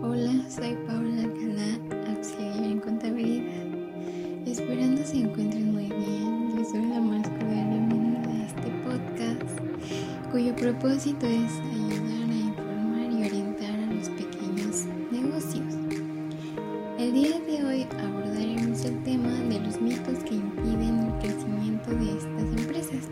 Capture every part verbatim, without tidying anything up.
Hola, soy Paula Alcalá, auxiliar en contabilidad. Esperando se encuentren muy bien, les doy la más cordial bienvenida a este podcast, cuyo propósito es ayudar a informar y orientar a los pequeños negocios. El día de hoy abordaremos el tema de los mitos que impiden el crecimiento de estas empresas.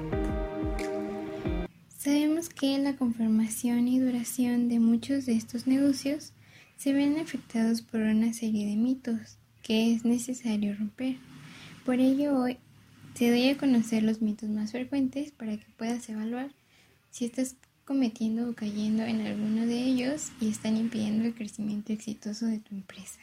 Sabemos que la conformación y duración de muchos de estos negocios se ven afectados por una serie de mitos que es necesario romper. Por ello hoy te doy a conocer los mitos más frecuentes para que puedas evaluar si estás cometiendo o cayendo en alguno de ellos y están impidiendo el crecimiento exitoso de tu empresa.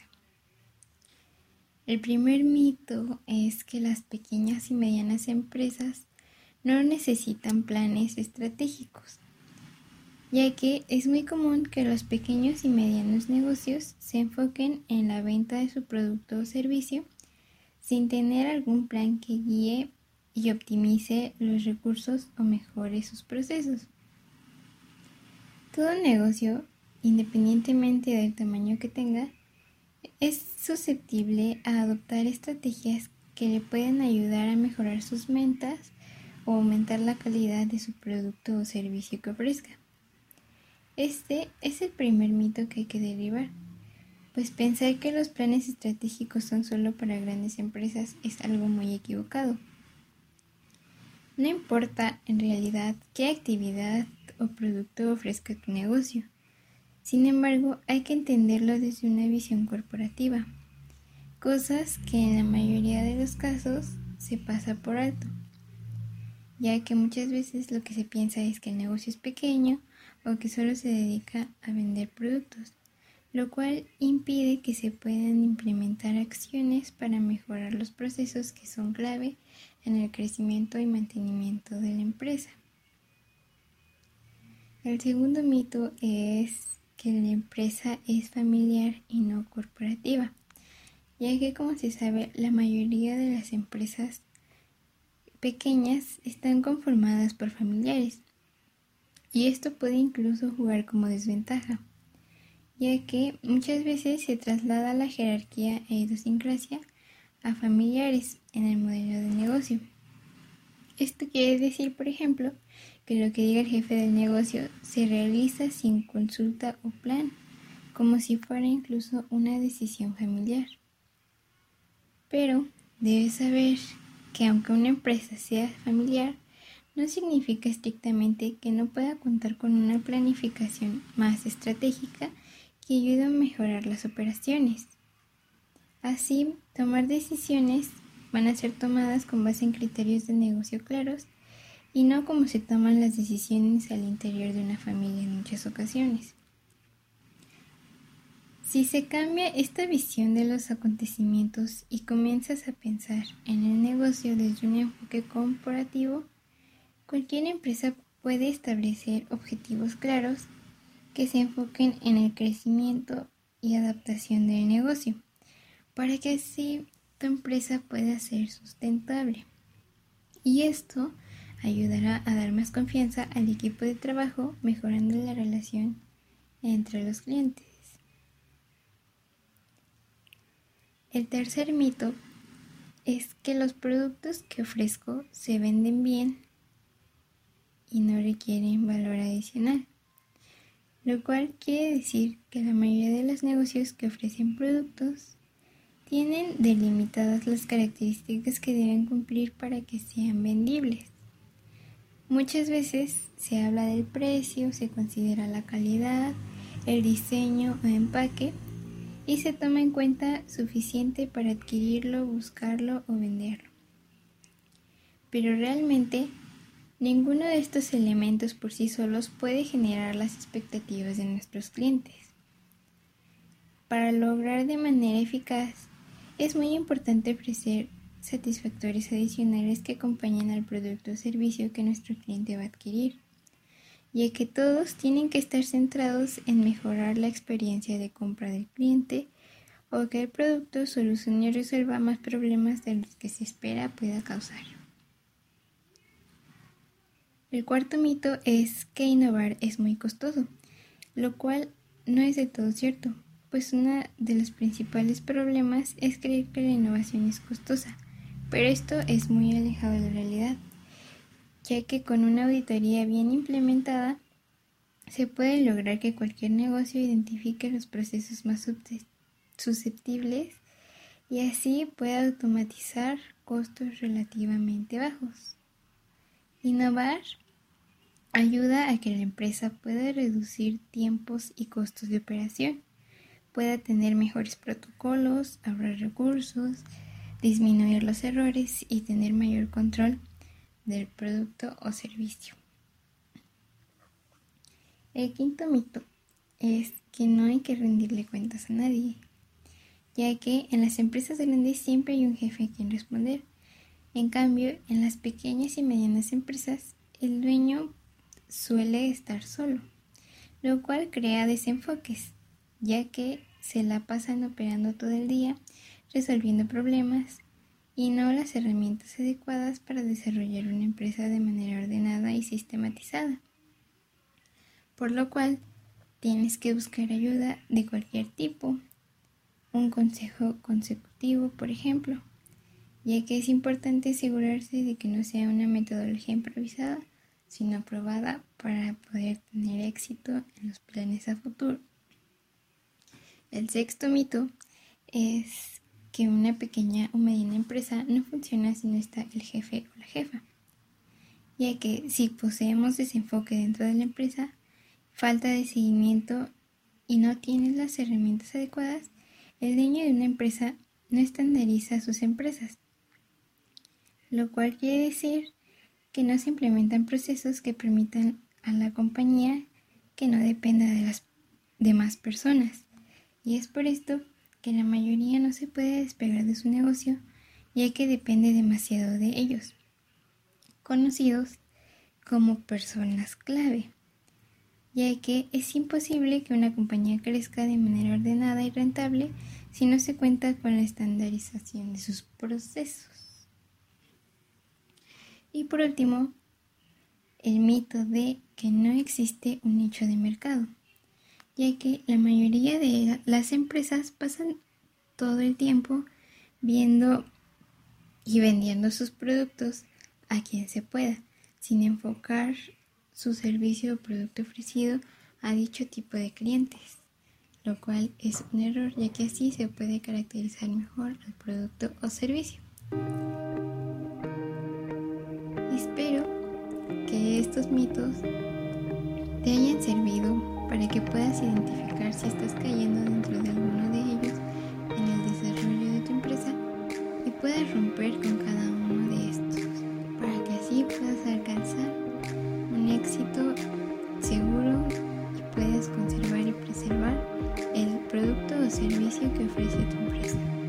El primer mito es que las pequeñas y medianas empresas no necesitan planes estratégicos, ya que es muy común que los pequeños y medianos negocios se enfoquen en la venta de su producto o servicio sin tener algún plan que guíe y optimice los recursos o mejore sus procesos. Todo negocio, independientemente del tamaño que tenga, es susceptible a adoptar estrategias que le pueden ayudar a mejorar sus ventas o aumentar la calidad de su producto o servicio que ofrezca. Este es el primer mito que hay que derribar, pues pensar que los planes estratégicos son solo para grandes empresas es algo muy equivocado. No importa en realidad qué actividad o producto ofrezca tu negocio, sin embargo hay que entenderlo desde una visión corporativa, cosas que en la mayoría de los casos se pasa por alto, ya que muchas veces lo que se piensa es que el negocio es pequeño o que solo se dedica a vender productos, lo cual impide que se puedan implementar acciones para mejorar los procesos que son clave en el crecimiento y mantenimiento de la empresa. El segundo mito es que la empresa es familiar y no corporativa, ya que, como se sabe, la mayoría de las empresas pequeñas están conformadas por familiares, y esto puede incluso jugar como desventaja, ya que muchas veces se traslada la jerarquía e idiosincrasia a familiares en el modelo de negocio. Esto quiere decir, por ejemplo, que lo que diga el jefe del negocio se realiza sin consulta o plan, como si fuera incluso una decisión familiar. Pero debes saber que aunque una empresa sea familiar, no significa estrictamente que no pueda contar con una planificación más estratégica que ayude a mejorar las operaciones. Así, tomar decisiones van a ser tomadas con base en criterios de negocio claros y no como se toman las decisiones al interior de una familia en muchas ocasiones. Si se cambia esta visión de los acontecimientos y comienzas a pensar en el negocio desde un enfoque corporativo, cualquier empresa puede establecer objetivos claros que se enfoquen en el crecimiento y adaptación del negocio, para que así tu empresa pueda ser sustentable. Y esto ayudará a dar más confianza al equipo de trabajo, mejorando la relación entre los clientes. El tercer mito es que los productos que ofrezco se venden bien y no requieren valor adicional, lo cual quiere decir que la mayoría de los negocios que ofrecen productos tienen delimitadas las características que deben cumplir para que sean vendibles. Muchas veces se habla del precio, se considera la calidad, el diseño o empaque y se toma en cuenta suficiente para adquirirlo, buscarlo o venderlo. Pero realmente ninguno de estos elementos por sí solos puede generar las expectativas de nuestros clientes. Para lograr de manera eficaz, es muy importante ofrecer satisfactores adicionales que acompañen al producto o servicio que nuestro cliente va a adquirir, ya que todos tienen que estar centrados en mejorar la experiencia de compra del cliente o que el producto solucione y resuelva más problemas de los que se espera pueda causar. El cuarto mito es que innovar es muy costoso, lo cual no es de todo cierto, pues uno de los principales problemas es creer que la innovación es costosa, pero esto es muy alejado de la realidad, ya que con una auditoría bien implementada se puede lograr que cualquier negocio identifique los procesos más susceptibles y así pueda automatizar costos relativamente bajos. Innovar ayuda a que la empresa pueda reducir tiempos y costos de operación, pueda tener mejores protocolos, ahorrar recursos, disminuir los errores y tener mayor control del producto o servicio. El quinto mito es que no hay que rendirle cuentas a nadie, ya que en las empresas grandes siempre hay un jefe a quien responder. En cambio, en las pequeñas y medianas empresas, el dueño suele estar solo, lo cual crea desenfoques, ya que se la pasan operando todo el día, resolviendo problemas y no las herramientas adecuadas para desarrollar una empresa de manera ordenada y sistematizada. Por lo cual, tienes que buscar ayuda de cualquier tipo, un consejo consecutivo, por ejemplo, ya que es importante asegurarse de que no sea una metodología improvisada, sino aprobada para poder tener éxito en los planes a futuro. El sexto mito es que una pequeña o mediana empresa no funciona si no está el jefe o la jefa, ya que si poseemos desenfoque dentro de la empresa, falta de seguimiento y no tienes las herramientas adecuadas, el dueño de una empresa no estandariza sus empresas, lo cual quiere decir que no se implementan procesos que permitan a la compañía que no dependa de las demás personas. Y es por esto que la mayoría no se puede despegar de su negocio, ya que depende demasiado de ellos, conocidos como personas clave, ya que es imposible que una compañía crezca de manera ordenada y rentable si no se cuenta con la estandarización de sus procesos. Y por último, el mito de que no existe un nicho de mercado, ya que la mayoría de las empresas pasan todo el tiempo viendo y vendiendo sus productos a quien se pueda, sin enfocar su servicio o producto ofrecido a dicho tipo de clientes, lo cual es un error, ya que así se puede caracterizar mejor el producto o servicio. Espero que estos mitos te hayan servido para que puedas identificar si estás cayendo dentro de alguno de ellos en el desarrollo de tu empresa y puedas romper con cada uno de estos, para que así puedas alcanzar un éxito seguro y puedas conservar y preservar el producto o servicio que ofrece tu empresa.